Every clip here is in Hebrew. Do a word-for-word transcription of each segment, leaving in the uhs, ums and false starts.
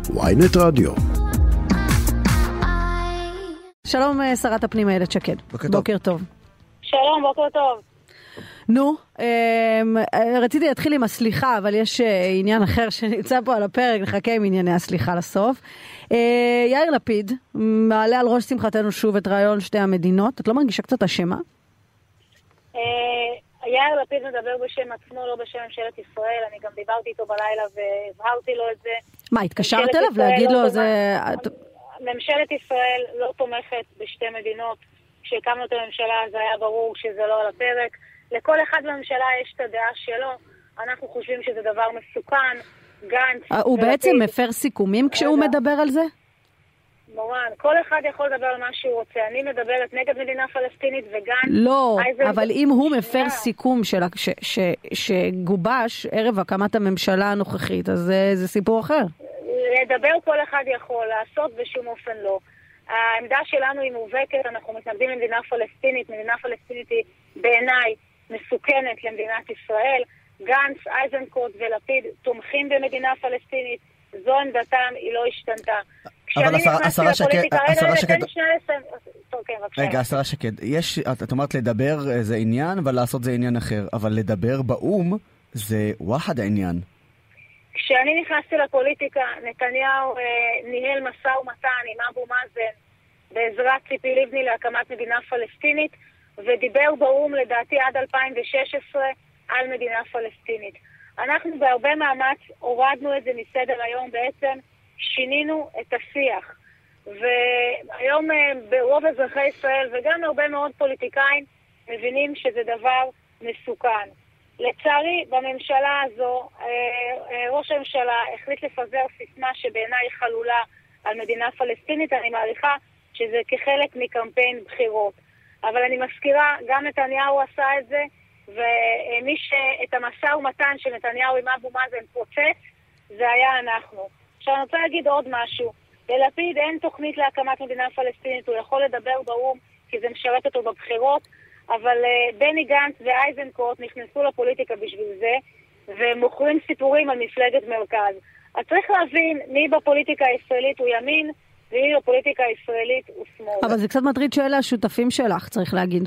וויינט רדיו. שלום שרת הפנים איילת שקד. בוקר, בוקר טוב. שלום, בוקר טוב. נו, רציתי להתחיל עם הסליחה, אבל יש עניין אחר שנמצא פה על הפרק, נחכה עם ענייני הסליחה לסוף. יאיר לפיד מעלה על ראש שמחתנו שוב את רעיון שתי המדינות. את לא מרגישה קצת אשמה? יאיר לפיד מדבר בשם עצמו, לא בשם ממשלת ישראל. אני גם דיברתי איתו בלילה והבהרתי לו את זה. מה, התקשרת אליו להגיד לו זה... ממשלת ישראל לא תומכת בשתי מדינות. כשהקמנו את הממשלה זה היה ברור שזה לא על הפרק. לכל אחד בממשלה יש את הדעה שלו. אנחנו חושבים שזה דבר מסוכן. גנץ... הוא בעצם מפר סיכומים כשהוא מדבר על זה? מורן, כל אחד יכול לדבר על מה שהוא רוצה. אני מדברת נגד מדינה פלסטינית וגנץ... לא, אבל אם הוא מפר סיכום שגובש ערב הקמת הממשלה הנוכחית, אז זה סיפור אחר. לדבר כל אחד יכול, לעשות בשום אופן לא. העמדה שלנו היא מובהקת, אנחנו מתנגדים למדינה פלסטינית. מדינה פלסטינית היא בעיניי מסוכנת למדינת ישראל. גנץ, איזנקוט ולפיד תומכים במדינה פלסטינית. זו עמדתם, היא לא השתנתה. אבל השרה שקד, השרה שקד, רגע, השרה שקד, יש, את אומרת לדבר זה עניין, אבל לעשות זה עניין אחר. אבל לדבר באום זה וואחד העניין. כשאני נכנסתי לפוליטיקה, נתניהו ניהל משא ומתן עם אבו מאזן בעזרת ציפי לבני להקמת מדינה פלסטינית, ודיבר באום לדעתי עד אלפיים ושש עשרה על מדינה פלסטינית. אנחנו בהרבה מאמץ הורדנו את זה מסדר היום, בעצם שינינו את השיח. והיום ברוב אזרחי ישראל וגם הרבה מאוד פוליטיקאים מבינים שזה דבר מסוכן. לצערי, בממשלה הזו, ראש הממשלה החליט לפזר סיסמה שבעיניי חלולה על מדינה פלסטינית. אני מעריכה שזה כחלק מקמפיין בחירות. אבל אני מזכירה, גם נתניהו עשה את זה, ומי שאת המשא ומתן של נתניהו עם אבו מאזן פוצץ, זה היה אנחנו. עכשיו אני רוצה להגיד עוד משהו. ללפיד אין תוכנית להקמת מדינה פלסטינית, הוא יכול לדבר באום כי זה משרת אותו בבחירות, אבל uh, בני גנץ ואייזנקוט נכנסו לפוליטיקה בשביל זה, ומוכרים סיפורים על מפלגת מרכז. אז צריך להבין מי בפוליטיקה הישראלית הוא ימין, ומי בפוליטיקה הישראלית הוא שמאל. אבל זה קצת מטריד שאלה השותפים שלך, צריך להגיד.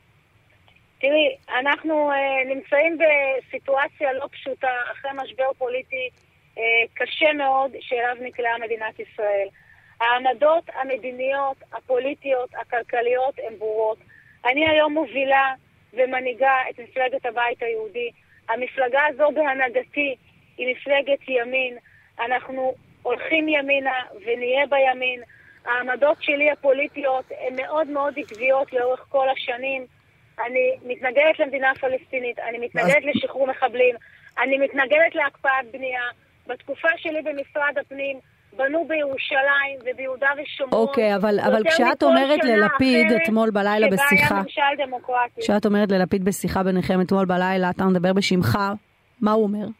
תראי, אנחנו uh, נמצאים בסיטואציה לא פשוטה, אחרי משבר פוליטי uh, קשה מאוד שאליו נקלעה מדינת ישראל. העמדות המדיניות, הפוליטיות, הכלכליות הן ברורות. אני היום מובילה ומנהיגה את מפלגת הבית היהודי. המפלגה הזו בהנהגתי היא מפלגת ימין. אנחנו הולכים ימינה ונהיה בימין. העמדות שלי הפוליטיות הן מאוד מאוד עקביות לאורך כל השנים. אני מתנגדת למדינה פלסטינית, אני מתנגדת לשחרור מחבלים, אני מתנגדת להקפאת בנייה. בתקופה שלי במשרד הפנים בנו בירושלים וביהודה ושומרון. אוקיי, אבל, אבל כשאת אומרת ללפיד אתמול בלילה בשיחה, כשאת אומרת ללפיד בשיחה ביניכם אתמול בלילה, אתה מדבר בשמך, מה הוא אומר?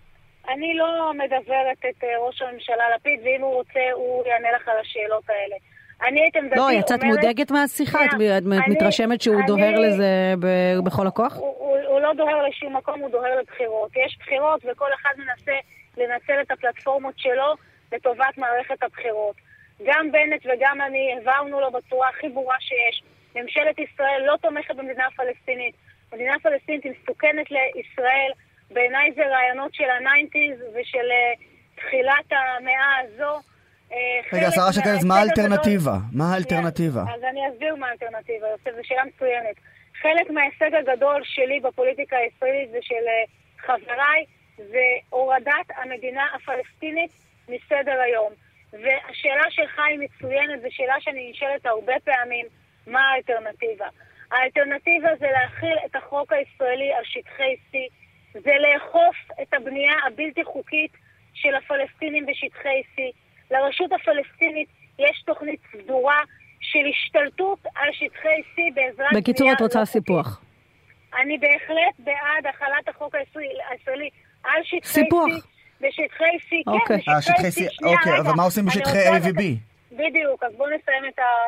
אני לא מדברת את ראש הממשלה לפיד, ואם הוא רוצה הוא יענה לך על השאלות האלה. אני את עמדתי לא, יצאת אומרת... מודאגת מהשיחה? את מתרשמת שהוא דוהר לזה בכל הכוח? הוא לא דוהר לשום מקום, הוא דוהר לבחירות. יש בחירות וכל אחד מנסה לנצל את הפלטפורמות שלו לטובת מערכת הבחירות. גם בנט וגם אני העברנו לו בצורה הכי ברורה שיש. ממשלת ישראל לא תומכת במדינה פלסטינית. מדינה פלסטינית היא מסוכנת לישראל. בעיניי זה רעיונות של ה-תשעים ושל תחילת המאה הזו. רגע, השרה שקד, אז מה האלטרנטיבה? מה האלטרנטיבה? אז אני אסביר מה האלטרנטיבה, יוסף, זו שאלה מצוינת. חלק מההישג הגדול שלי בפוליטיקה הישראלית ושל חבריי, זה הורדת המדינה הפלסטינית מסדר היום. והשאלה שלך היא מצוינת, זו שאלה שאני נשאלת הרבה פעמים, מה האלטרנטיבה? האלטרנטיבה זה להכיל את החוק הישראלי על שטחי C, זה לאכוף את הבנייה הבלתי חוקית של הפלסטינים בשטחי C. לרשות הפלסטינית יש תוכנית סדורה של השתלטות על שטחי C בעזרת... בקיצור, את רוצה סיפוח. אני בהחלט בעד החלת החוק הישראלי על שטחי סיפוח. C. בשטחי C, כן, בשטחי C. אוקיי, אבל מה עושים בשטחי A ו-B? בדיוק, אז בואו נסיים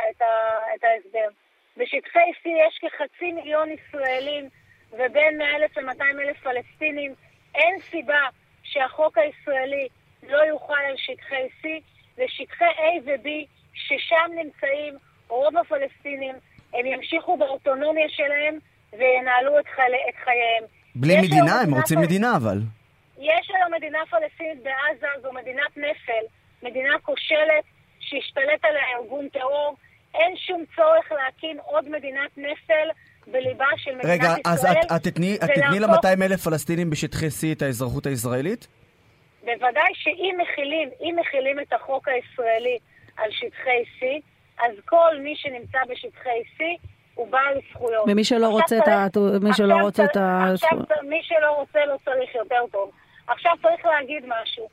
את ההסבר. בשטחי C יש כחצי מיליון ישראלים ובין מאה אלף ל-מאתיים אלף פלסטינים. אין סיבה שהחוק הישראלי לא יוכל על שטחי C, לשטחי A ו-B, ששם נמצאים רוב הפלסטינים, הם ימשיכו באוטונומיה שלהם וינהלו את, חי... את חייהם. בלי מדינה, הם רוצים פל... מדינה אבל. יש היום מדינה פלסטינית בעזה, זו מדינת נפל, מדינה כושלת שהשתלט עליה ארגון טרור, אין שום צורך להקים עוד מדינת נפל בליבה של מדינת רגע, ישראל. רגע, אז את תתני ל-מאתיים אלף פלסטינים בשטחי C את האזרחות הישראלית? בוודאי שאם מכילים, אם מכילים את החוק הישראלי על שטחי C, אז כל מי שנמצא בשטחי C הוא בעל זכויות. ומי שלא רוצה את ה... מי שלא רוצה את ה... עכשיו מי שלא רוצה לא צריך יותר טוב. עכשיו צריך להגיד משהו.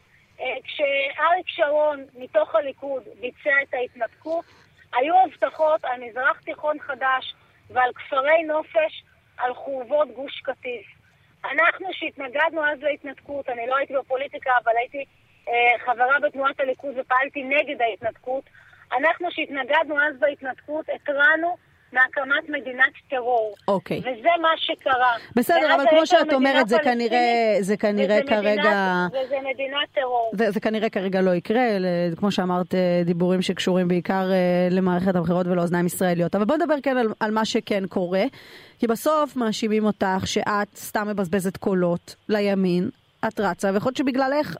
כשאריק שרון מתוך הליכוד ביצע את ההתנתקות, היו הבטחות על מזרח תיכון חדש ועל כפרי נופש על חורבות גוש קטיף. אנחנו שהתנגדנו אז להתנתקות, אני לא הייתי בפוליטיקה, אבל הייתי אה, חברה בתנועת הליכוד ופעלתי נגד ההתנתקות. אנחנו שהתנגדנו אז בהתנתקות, התרענו מהקמת מדינת טרור. אוקיי. וזה מה שקרה. בסדר, אבל כמו שאת אומרת, זה כנראה, זה כנראה כרגע... וזה מדינת טרור. זה כנראה כרגע לא יקרה, כמו שאמרת, דיבורים שקשורים בעיקר למערכת הבחירות ולאוזניים ישראליות. אבל בוא נדבר כן על, על מה שכן קורה, כי בסוף מאשימים אותך שאת סתם מבזבזת קולות לימין, את רצה, ויכול להיות שבגללך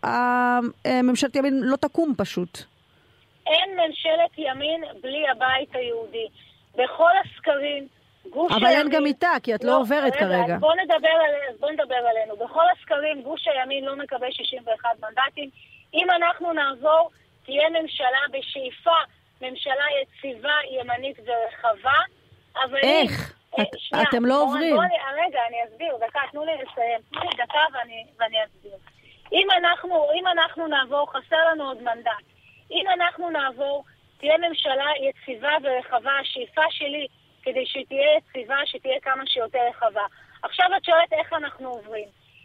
הממשלת ימין לא תקום פשוט. אין ממשלת ימין בלי הבית היהודי. בכל הסקרים, גוש אבל הימין... אין גם איתה, כי את לא, לא עוברת רגע, כרגע. אז בוא נדבר, על, בוא נדבר עלינו. בכל הסקרים, גוש הימין לא מקבל שישים ואחד מנדטים. אם אנחנו נעזור, תהיה ממשלה בשאיפה, ממשלה יציבה, ימנית ורחבה. אבל איך? אם, את, שנייה, אתם לא בוא, עוברים. בוא, רגע, אני אסביר. דקה, תנו לי לסיים. תנו לי דקה ואני, ואני אסביר. אם אנחנו, אם אנחנו נעבור, חסר לנו עוד מנדט. אם אנחנו נעבור... תהיה ממשלה יציבה ורחבה, השאיפה שלי כדי שתהיה יציבה, שתהיה כמה שיותר רחבה. עכשיו את שואלת איך אנחנו עוברים.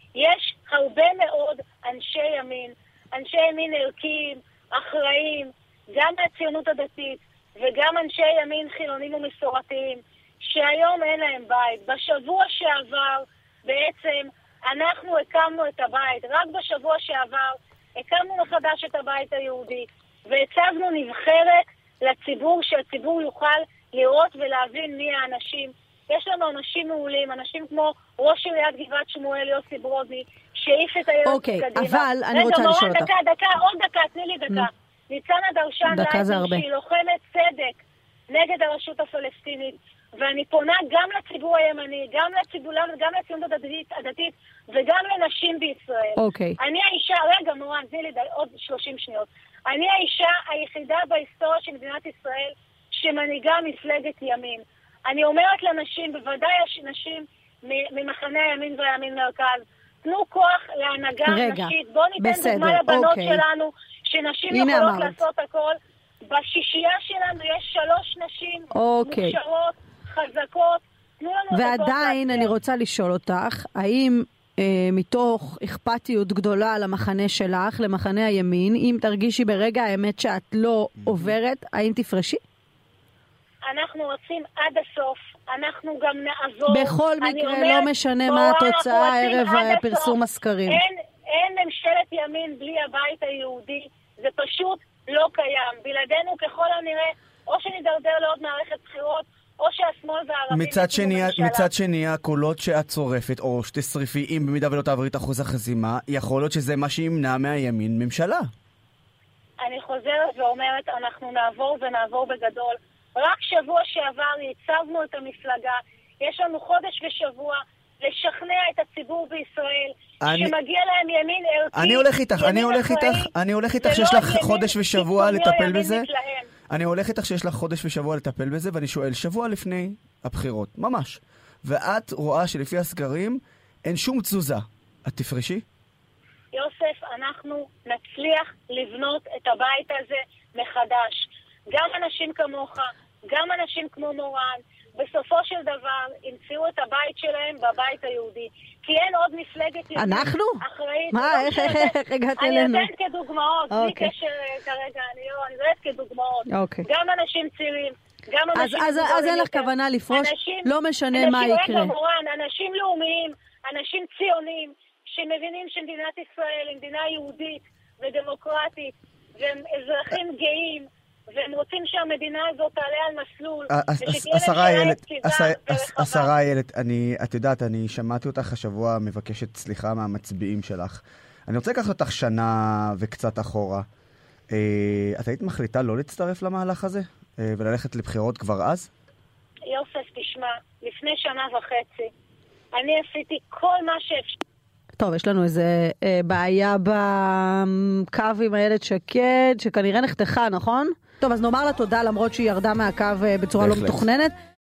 יש הרבה מאוד אנשי ימין, אנשי ימין ערכיים, אחראיים, גם מהציונות הדתית וגם אנשי ימין חילונים ומסורתיים, שהיום אין להם בית. בשבוע שעבר בעצם אנחנו הקמנו את הבית, רק בשבוע שעבר הקמנו מחדש את הבית היהודי. והצבנו נבחרת לציבור, שהציבור יוכל לראות ולהבין מי האנשים. יש לנו אנשים מעולים, אנשים כמו ראש עיריית גבעת שמואל, יוסי ברודני, שאיף את הילד אוקיי, קדימה. אבל אני רוצה לשאול אותך. דקה, דקה, עוד דקה, תני לי דקה. ניצנה דרשן לייזר, שהיא לוחמת צדק נגד הרשות הפלסטינית, ואני פונה גם לציבור הימני, גם לציבור, גם לציונות הדתית, הדתית וגם לנשים בישראל. אוקיי. אני האישה, רגע, מורן, תני לי עוד שלושים שניות. אני האישה היחידה בהיסטוריה של מדינת ישראל שמנהיגה מפלגת ימין. אני אומרת לנשים, בוודאי יש נשים ממחנה הימין והימין מרכז, תנו כוח להנהגה רגע, נשית. בואו ניתן בסדר, דוגמה לבנות אוקיי. שלנו, שנשים יכולות אמרת. לעשות הכל. בשישייה שלנו יש שלוש נשים אוקיי. מוכשרות, חזקות. תנו לנו ועדיין אני רוצה לשאול אותך, האם... מתוך אכפתיות גדולה על המחנה שלך, למחנה הימין, אם תרגישי ברגע האמת שאת לא עוברת, האם תפרשי? אנחנו רוצים עד הסוף, אנחנו גם נעזור. בכל מקרה, לא משנה מה התוצאה ערב פרסום הסקרים. אין, אין ממשלת ימין בלי הבית היהודי, זה פשוט לא קיים. בלעדינו ככל הנראה, או שנדרדר לעוד מערכת בחירות, או שהשמאל והערבים... מצד שני, מצד שני, הקולות שאת צורפת, או שתשרפי, אם במידה ולא תעברי את אחוז החסימה, יכול להיות שזה מה שימנע מהימין ממשלה. אני חוזרת ואומרת, אנחנו נעבור ונעבור בגדול. רק שבוע שעבר הצבנו את המפלגה, יש לנו חודש ושבוע לשכנע את הציבור בישראל, אני... שמגיע להם ימין ערכי. אני הולך איתך, אני הולך איתך, אני הולך איתך שיש לך חודש ושבוע לטפל בזה. מתלהם. אני הולך איתך שיש לך חודש ושבוע לטפל בזה, ואני שואל, שבוע לפני הבחירות, ממש, ואת רואה שלפי הסקרים אין שום תזוזה, את תפרשי? יוסף, אנחנו נצליח לבנות את הבית הזה מחדש. גם אנשים כמוך, גם אנשים כמו מורן, בסופו של דבר ימצאו את הבית שלהם בבית היהודי. כי אין עוד מפלגת יהודית אנחנו? אחראית. מה, איך, איך, איך הגעת אלינו? אני נותנת כדוגמאות, בלי קשר כרגע, אני נותנת כדוגמאות. גם אנשים צעירים, גם אנשים... אז אין לך כוונה לפרוש, לא משנה מה יקרה. רגע מורן, אנשים לאומיים, אנשים ציונים, שמבינים שמדינת ישראל היא מדינה יהודית, ודמוקרטית, והם אזרחים גאים, והם רוצים שהמדינה הזאת תעלה על מסלול, השרה איילת, השרה איילת, את יודעת, אני שמעתי אותך השבוע מבקשת סליחה מהמצביעים שלך. אני רוצה לקחת אותך שנה וקצת אחורה. את היית מחליטה לא להצטרף למהלך הזה? וללכת לבחירות כבר אז? יוסף, תשמע, לפני שנה וחצי, אני עשיתי כל מה שאפשר. טוב, יש לנו איזה אה, בעיה בקו עם איילת שקד, שכנראה נחתכה, נכון? טוב, אז נאמר לה תודה למרות שהיא ירדה מהקו אה, בצורה לא מתוכננת.